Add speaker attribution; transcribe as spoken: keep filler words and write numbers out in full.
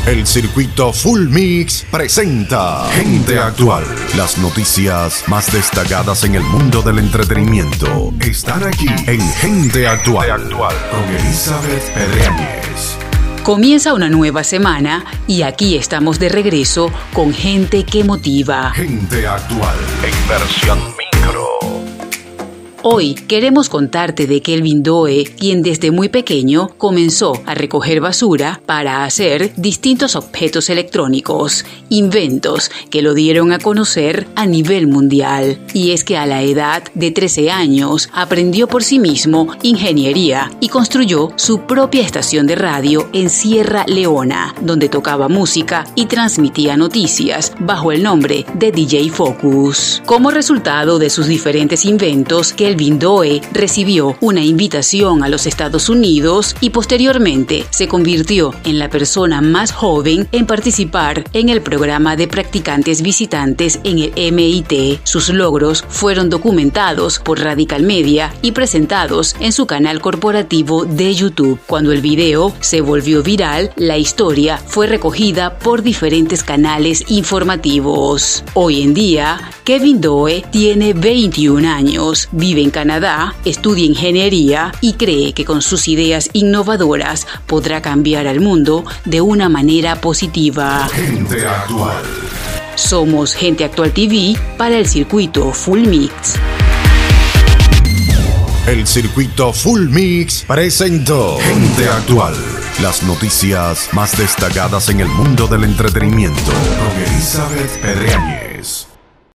Speaker 1: El circuito Full Mix presenta Gente Actual. Las noticias más destacadas en el mundo del entretenimiento están aquí en Gente Actual, con Elizabeth Pedreñez.
Speaker 2: Comienza una nueva semana y aquí estamos de regreso con Gente que Motiva.
Speaker 1: Gente Actual en versión micro.
Speaker 2: Hoy queremos contarte de Kelvin Doe, quien desde muy pequeño comenzó a recoger basura para hacer distintos objetos electrónicos, inventos que lo dieron a conocer a nivel mundial. Y es que a la edad de trece años aprendió por sí mismo ingeniería y construyó su propia estación de radio en Sierra Leona, donde tocaba música y transmitía noticias bajo el nombre de D J Focus. Como resultado de sus diferentes inventos, Kelvin Doe recibió una invitación a los Estados Unidos y posteriormente se convirtió en la persona más joven en participar en el programa de practicantes visitantes en el M I T. Sus logros fueron documentados por Radical Media y presentados en su canal corporativo de YouTube. Cuando el video se volvió viral, la historia fue recogida por diferentes canales informativos. Hoy en día, Kelvin Doe tiene veintiún años, vive en Canadá, estudia ingeniería y cree que con sus ideas innovadoras podrá cambiar al mundo de una manera positiva.
Speaker 1: Gente Actual.
Speaker 2: Somos Gente Actual T V para el circuito Full Mix.
Speaker 1: El circuito Full Mix presentó Gente Actual. Las noticias más destacadas en el mundo del entretenimiento con Elizabeth Pedreñez.